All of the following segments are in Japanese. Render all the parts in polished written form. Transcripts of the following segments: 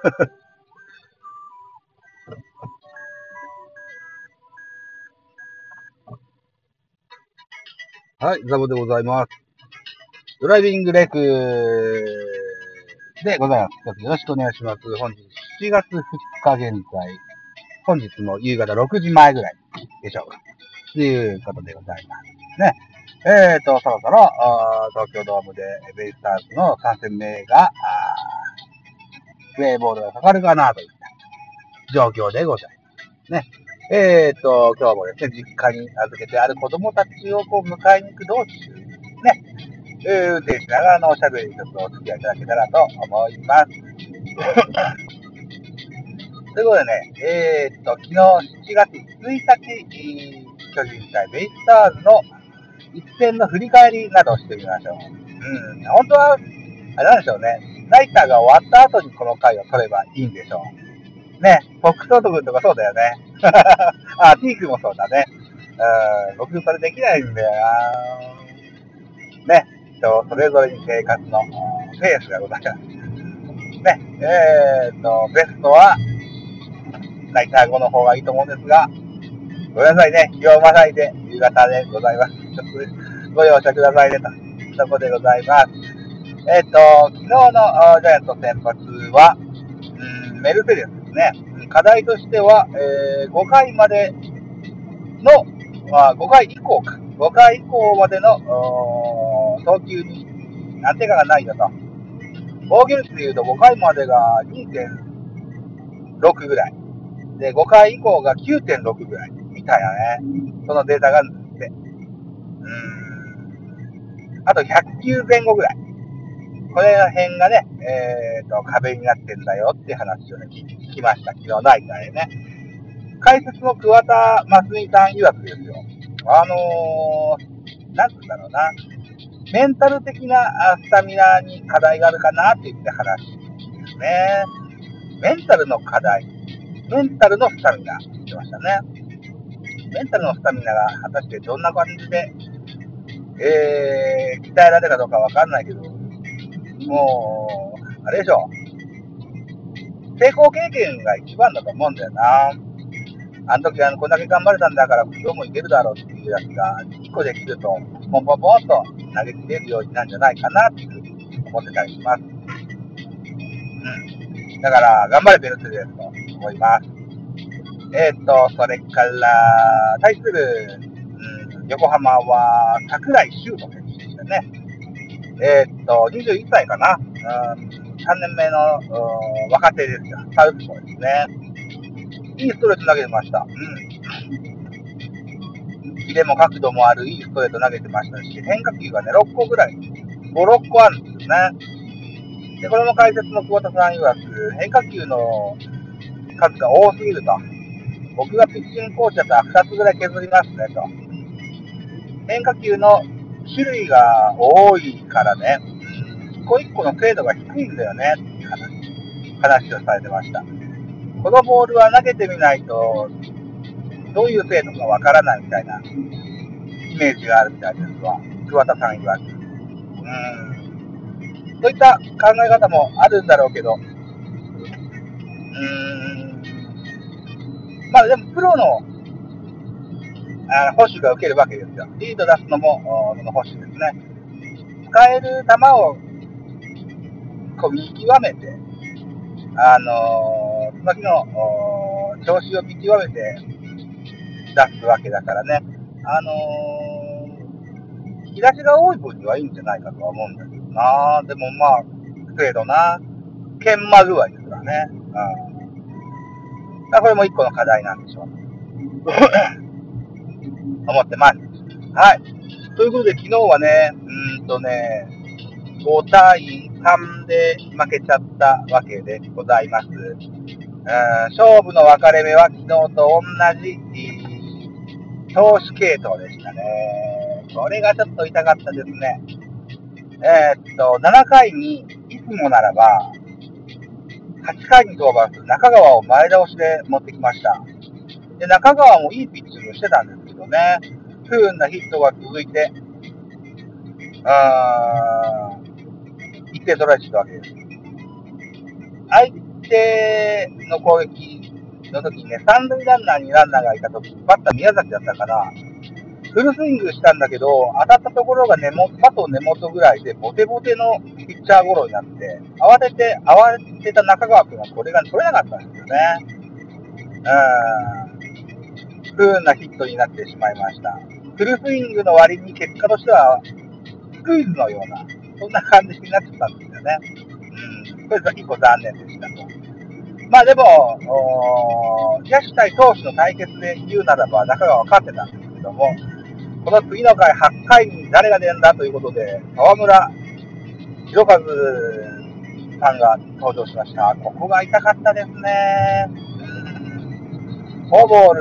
はい、ザボでございます。ドライビングレクでございます。よろしくお願いします。本日7月2日現在、本日も夕方6時前ぐらいでしょうか。ということでございますね。そろそろ東京ドームでベイスターズの3戦目がプレーボールがかかるかなといった状況でございますね。今日もですね、実家に預けてある子供たちをこう迎えに行く道中ね、運転しながらのおしゃべりにちょっとお付き合いいただけたらと思います。ということでね、昨日7月1日、巨人対ベイスターズの一戦の振り返りなどをしてみましょう。本当は、あれなんでしょうね、ナイターが終わった後にこの回を取ればいいんでしょう。ね、フォックストート君とかそうだよね。T 君もそうだね。僕それできないんだよな。ね、人それぞれに生活のペースがございます。ね、ベストは、ナイター後の方がいいと思うんですが、ごめんなさいね。読まないで、夕方でございます。ちょっとご容赦くださいね、と。そこでございます。昨日のジャイアント先発は、メルセデスですね。課題としては、5回までの、5回以降か。5回以降までの投球に安定感がないよと。防御率でいうと5回までが 2.6 ぐらい。で、5回以降が 9.6 ぐらい。みたいなね。そのデータがあるんですって。あと100球前後ぐらい。これら辺がね、壁になってんだよっていう話をね、聞きました。昨日ナイターでね。解説の桑田真澄さん曰くですよ。なんつうんだろうな。メンタル的なスタミナに課題があるかなって言って話ですね。メンタルの課題。メンタルのスタミナって言ってましたね。メンタルのスタミナが果たしてどんな感じで、鍛えられるかどうかわかんないけど、もう、あれでしょ。成功経験が一番だと思うんだよな。あの時こんだけ頑張れたんだから今日もいけるだろうっていうやつが1個できると、ポンポンポンと投げ切れるようになるんじゃないかなって思ってたりします。だから、頑張れベルセデスと思います。それから、対する、横浜は櫻井修斗選手でしたね。21歳かな。3年目の若手ですよ。サウスポーですね。いいストレート投げてました。キレも角度もあるいいストレート投げてましたし、変化球がね、6個ぐらい、5、6個あるんですよね。で、これも解説の久保田さん曰く、変化球の数が多すぎると。僕がピッチングコーチだったら2つぐらい削りますねと。変化球の種類が多いからね、一個一個の精度が低いんだよねって話をされてました。このボールは投げてみないと、どういう精度かわからないみたいなイメージがあるみたいですわ。桑田さん曰く。そういった考え方もあるんだろうけど、まあでもプロの保守が受けるわけですよ。リード出すのもその保守ですね。使える球をこう見極めて、その日の調子を見極めて出すわけだからね。引き出しが多い分にはいいんじゃないかとは思うんだけどな。でもまあ、精度な、研磨具合ですからね。これも一個の課題なんでしょう。思ってます。はい。ということで、昨日はね、5対3で負けちゃったわけでございます。勝負の分かれ目は昨日と同じ、投手系統でしたね。これがちょっと痛かったですね。7回にいつもならば、8回に登板する中川を前倒しで持ってきました。で、中川もいいピッチングしてたんですけどね、不運なヒットが続いて、1点取られてたわけです。相手の攻撃の時にね、三塁ランナーにランナーがいた時、バッター宮崎だったから、フルスイングしたんだけど、当たったところがバト根元ぐらいで、ボテボテのピッチャーゴロになって、慌てた中川君がこれが取れなかったんですよね。不運なヒットになってしまいました。フルスイングの割に結果としては、スクイズのような、そんな感じになっちゃったんですよね。これが一個残念でしたと。まあでも、野手対投手の対決で言うならば、中川は勝ってたんですけども、この次の回、8回に誰が出るんだということで、河村弘和さんが登場しました。ここが痛かったですね。フォアボー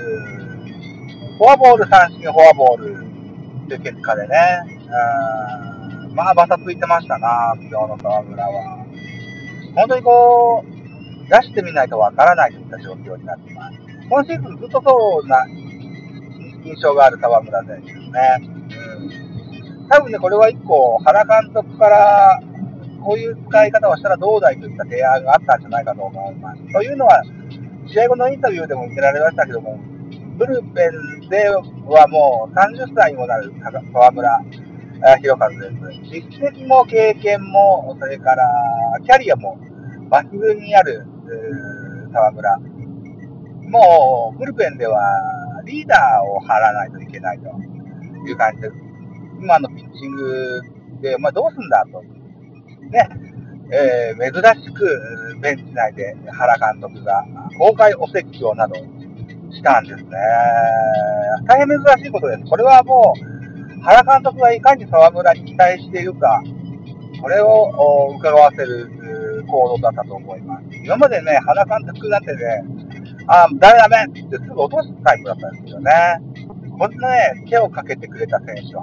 ル、三振、フォアボールという結果でね、まあ、バタついてましたな、今日の河村は。本当に出してみないとわからないといった状況になっています。今シーズンずっとそうな印象がある河村選手ですね。多分ね、これは一個、原監督から、こういう使い方をしたらどうだいといった提案があったんじゃないかと思います。というのは、試合後のインタビューでも言ってられましたけども、ブルペンではもう30歳にもなる河村弘和です。実績も経験も、それからキャリアも抜群にある河村。もうブルペンではリーダーを張らないといけないという感じです。今のピッチングで、どうすんだと。ね。珍しくベンチ内で原監督が公開お説教などしたんですね。大変珍しいことです。これはもう原監督がいかに沢村に期待しているか、これを伺わせる行動だったと思います。今までね、原監督なんてね、ダメってすぐ落とすタイプだったんですよね。こんなね、目をかけてくれた選手は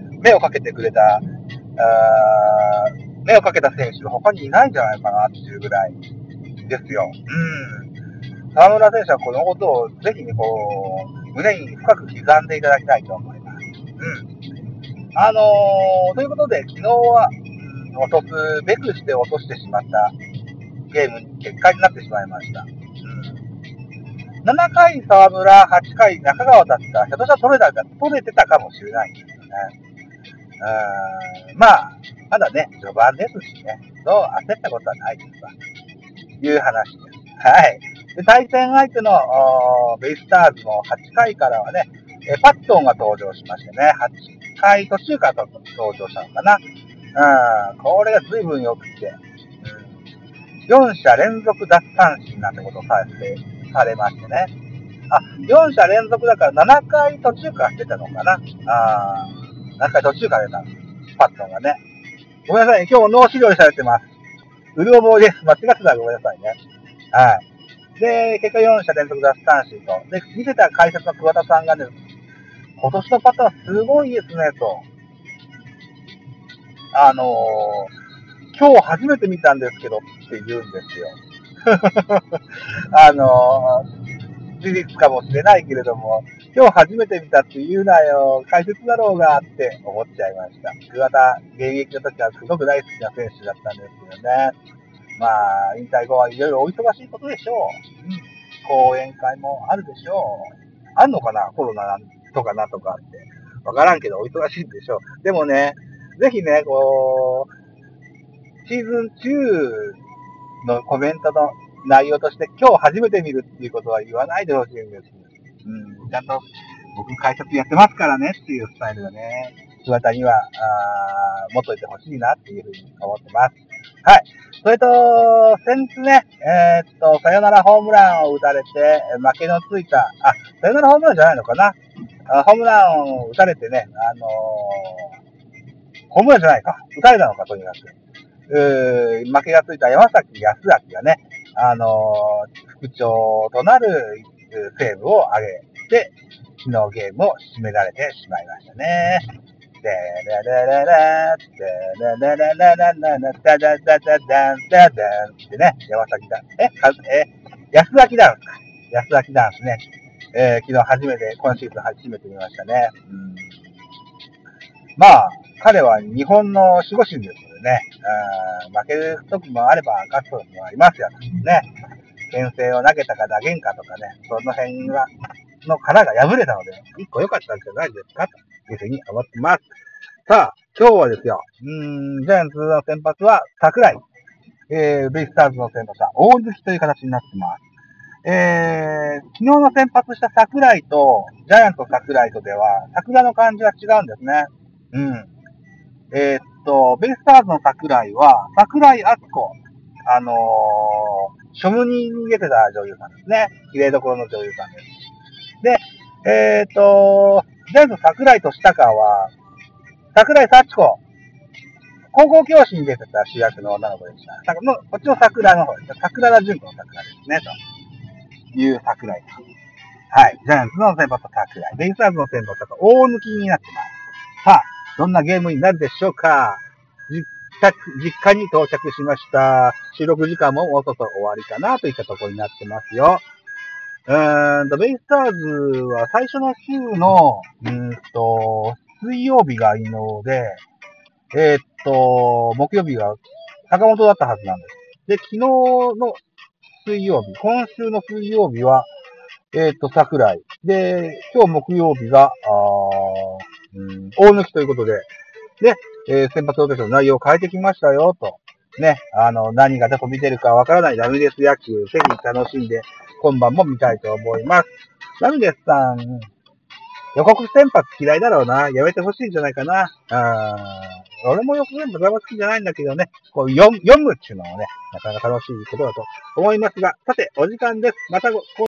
他にいないんじゃないかなっていうぐらいですよ。河村選手はこのことをぜひね、胸に深く刻んでいただきたいと思います。ということで、昨日は、ベクして落としてしまったゲームに結果になってしまいました。7回沢村、8回中川だったら、ひょっとしたら取れてたかもしれないんですよね。まだね、序盤ですしね、そう焦ったことはないですわ。いう話です。はい。で、対戦相手のベイスターズの8回からはね、パットンが登場しましてね、8回途中から登場したのかな。これが随分良くて、4者連続奪三振なんてことをされましてね。4者連続だから7回途中から出たのかな。7回途中から出たパットンがね。ごめんなさい、今日脳資料にされてます。うる覚えです。間違ってたらごめんなさいね。はい。で、結果4者連続奪三振と。で、見てた解説の桑田さんがね、今年のパターンすごいですね、と。今日初めて見たんですけどって言うんですよ。事実かもしれないけれども、今日初めて見たって言うなよ、解説だろうがって思っちゃいました。桑田、現役の時はすごく大好きな選手だったんですけどね。引退後はいろいろお忙しいことでしょう。講演会もあるでしょう。あんのかなコロナとかなんとかって。わからんけどお忙しいでしょう。でもね、ぜひね、シーズン中のコメントの内容として今日初めて見るっていうことは言わないでほしいんです。ちゃんと僕解説やってますからねっていうスタイルがね、桑田には持っといてほしいなっていうふうに思ってます。はい。それと、先日ね、サヨナラホームランを打たれて、負けのついた、サヨナラホームランじゃないのかな。ホームランを打たれてね、ホームランじゃないか。打たれたのか、とにかく。負けがついた山崎康明がね、副長となるセーブを挙げて、昨日ゲームを締められてしまいましたね。でれれれれでれれれれれダダダダダンダダンってね、山崎ダン安崎ダンスか。安崎ダンスね。昨日今シーズン初めて見ましたね。彼は日本の守護神ですのね、負ける時もあれば勝つ時もありますよ。ね。牽制を投げたか投げんかとかね、その辺の殻が破れたので、一個良かったんじゃないですかというふうに思ってます。さあ、今日はですよ、ジャイアンツの先発は桜井。ベイスターズの先発は大貫という形になってます。昨日の先発した桜井と、ジャイアンツの桜井とでは、桜の感じは違うんですね。ベイスターズの桜井は、桜井敦子。ショムニに出てた女優さんですね。綺麗どころの女優さんです。で、ジャイアンツ桜井としたかは、桜井幸子。高校教師に出てた主役の女の子でした。こっちの桜の方です。桜田純子の桜ですね、という桜井さん。はい。ジャイアンツの先発は桜井。ベイスターズの先発は大抜きになってます。さあ、どんなゲームになるでしょうか。実家に到着しました。収録時間ももうそろそろ終わりかなといったところになってますよ。ベイスターズは最初の週の、水曜日がいいので、木曜日が坂本だったはずなんです。で、昨日の水曜日、今週の水曜日は、桜井。で、今日木曜日が、大抜きということで、で、先発ローテーションの内容を変えてきましたよ、と。ね、何がどこ見てるかわからないラミレス野球、ぜひ楽しんで、今晩も見たいと思います。ラミレスさん、予告先発嫌いだろうな。やめてほしいんじゃないかな。俺も予告先発あんま好きじゃないんだけどね、こう読むっていうのもね、なかなか楽しいことだと思いますが、さて、お時間です。また